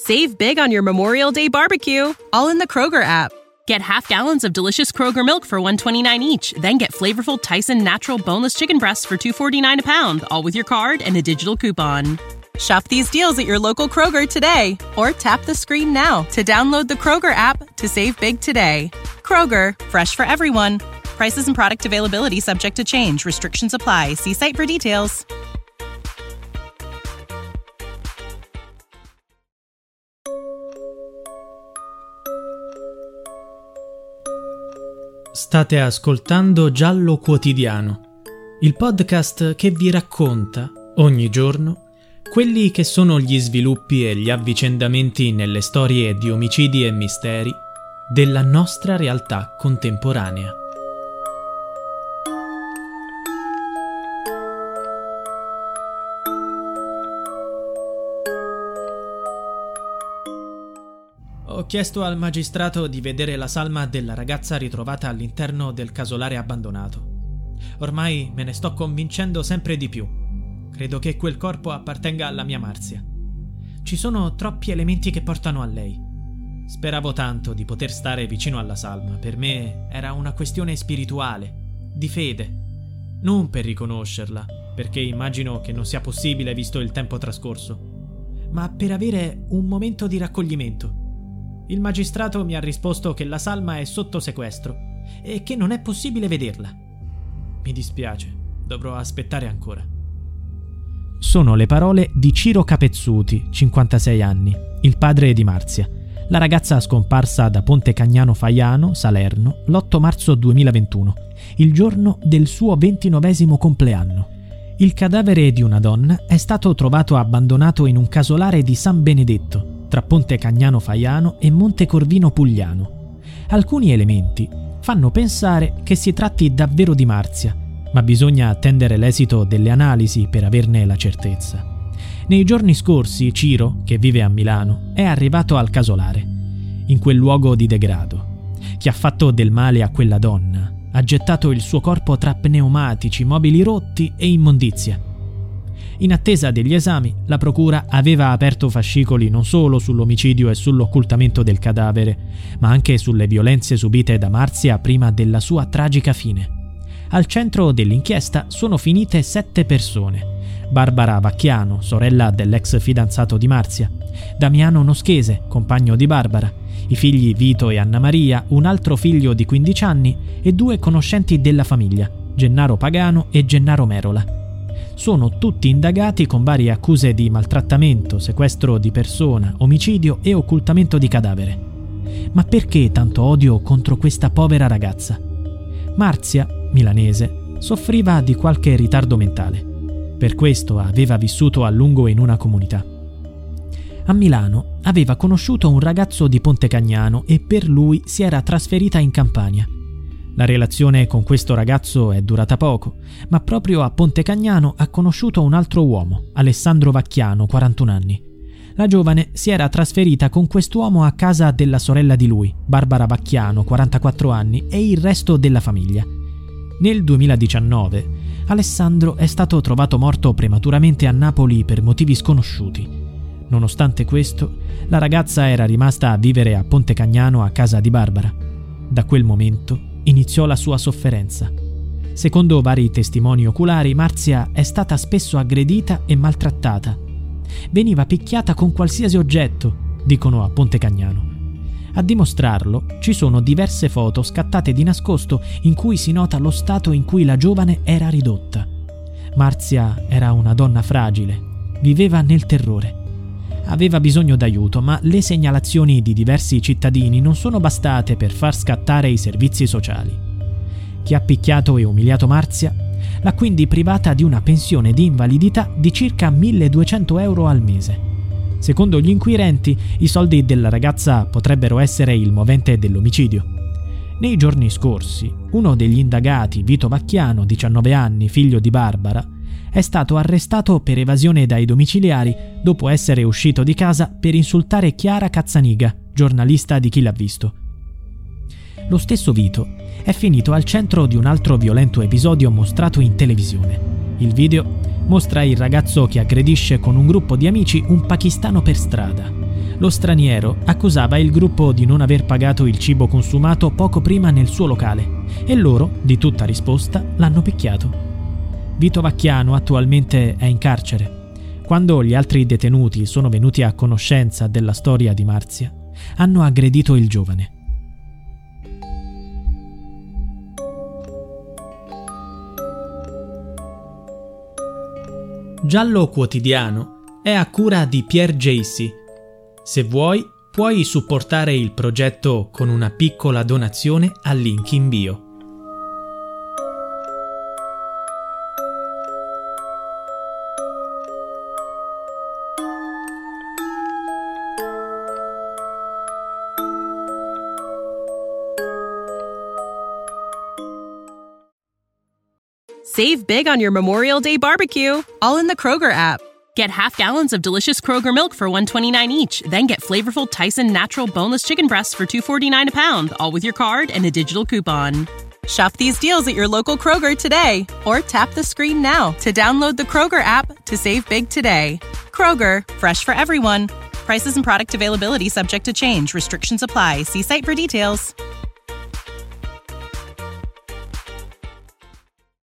Save big on your Memorial Day barbecue, all in the Kroger app. Get half gallons of delicious Kroger milk for $1.29 each. Then get flavorful Tyson natural boneless chicken breasts for $2.49 a pound, all with your card and a digital coupon. Shop these deals at your local Kroger today, or tap the screen now to download the Kroger app to save big today. Kroger, fresh for everyone. Prices and product availability subject to change. Restrictions apply. See site for details. State ascoltando Giallo Quotidiano, il podcast che vi racconta, ogni giorno, quelli che sono gli sviluppi e gli avvicendamenti nelle storie di omicidi e misteri della nostra realtà contemporanea. Ho chiesto al magistrato di vedere la salma della ragazza ritrovata all'interno del casolare abbandonato. Ormai me ne sto convincendo sempre di più. Credo che quel corpo appartenga alla mia Marzia. Ci sono troppi elementi che portano a lei. Speravo tanto di poter stare vicino alla salma. Per me era una questione spirituale, di fede. Non per riconoscerla, perché immagino che non sia possibile visto il tempo trascorso, ma per avere un momento di raccoglimento. Il magistrato mi ha risposto che la salma è sotto sequestro e che non è possibile vederla. Mi dispiace, dovrò aspettare ancora. Sono le parole di Ciro Capezzuti, 56 anni, il padre di Marzia, la ragazza scomparsa da Ponte Cagnano Faiano, Salerno, l'8 marzo 2021, il giorno del suo 29° compleanno. Il cadavere di una donna è stato trovato abbandonato in un casolare di San Benedetto, tra Ponte Cagnano Faiano e Monte Corvino Pugliano. Alcuni elementi fanno pensare che si tratti davvero di Marzia, ma bisogna attendere l'esito delle analisi per averne la certezza. Nei giorni scorsi Ciro, che vive a Milano, è arrivato al casolare, in quel luogo di degrado. Chi ha fatto del male a quella donna ha gettato il suo corpo tra pneumatici, mobili rotti e immondizia. In attesa degli esami, la procura aveva aperto fascicoli non solo sull'omicidio e sull'occultamento del cadavere, ma anche sulle violenze subite da Marzia prima della sua tragica fine. Al centro dell'inchiesta sono finite 7 persone: Barbara Vacchiano, sorella dell'ex fidanzato di Marzia; Damiano Noschese, compagno di Barbara; i figli Vito e Anna Maria, un altro figlio di 15 anni e 2 conoscenti della famiglia, Gennaro Pagano e Gennaro Merola. Sono tutti indagati con varie accuse di maltrattamento, sequestro di persona, omicidio e occultamento di cadavere. Ma perché tanto odio contro questa povera ragazza? Marzia, milanese, soffriva di qualche ritardo mentale. Per questo aveva vissuto a lungo in una comunità. A Milano aveva conosciuto un ragazzo di Ponte Cagnano e per lui si era trasferita in Campania. La relazione con questo ragazzo è durata poco, ma proprio a Ponte Cagnano ha conosciuto un altro uomo, Alessandro Vacchiano, 41 anni. La giovane si era trasferita con quest'uomo a casa della sorella di lui, Barbara Vacchiano, 44 anni, e il resto della famiglia. Nel 2019, Alessandro è stato trovato morto prematuramente a Napoli per motivi sconosciuti. Nonostante questo, la ragazza era rimasta a vivere a Ponte Cagnano a casa di Barbara. Da quel momento iniziò la sua sofferenza. Secondo vari testimoni oculari, Marzia è stata spesso aggredita e maltrattata. Veniva picchiata con qualsiasi oggetto, dicono a Ponte Cagnano. A dimostrarlo ci sono diverse foto scattate di nascosto in cui si nota lo stato in cui la giovane era ridotta. Marzia era una donna fragile, viveva nel terrore. Aveva bisogno d'aiuto, ma le segnalazioni di diversi cittadini non sono bastate per far scattare i servizi sociali. Chi ha picchiato e umiliato Marzia l'ha quindi privata di una pensione di invalidità di circa 1.200 euro al mese. Secondo gli inquirenti, i soldi della ragazza potrebbero essere il movente dell'omicidio. Nei giorni scorsi, uno degli indagati, Vito Vacchiano, 19 anni, figlio di Barbara, è stato arrestato per evasione dai domiciliari dopo essere uscito di casa per insultare Chiara Cazzaniga, giornalista di Chi l'ha visto. Lo stesso Vito è finito al centro di un altro violento episodio mostrato in televisione. Il video mostra il ragazzo che aggredisce con un gruppo di amici un pakistano per strada. Lo straniero accusava il gruppo di non aver pagato il cibo consumato poco prima nel suo locale e loro, di tutta risposta, l'hanno picchiato. Vito Vacchiano attualmente è in carcere. Quando gli altri detenuti sono venuti a conoscenza della storia di Marzia, hanno aggredito il giovane. Giallo Quotidiano è a cura di Pierre Jacy. Se vuoi, puoi supportare il progetto con una piccola donazione al link in bio. Save big on your Memorial Day barbecue, all in the Kroger app. Get half gallons of delicious Kroger milk for $1.29 each. Then get flavorful Tyson natural boneless chicken breasts for $2.49 a pound, all with your card and a digital coupon. Shop these deals at your local Kroger today, or tap the screen now to download the Kroger app to save big today. Kroger, fresh for everyone. Prices and product availability subject to change. Restrictions apply. See site for details.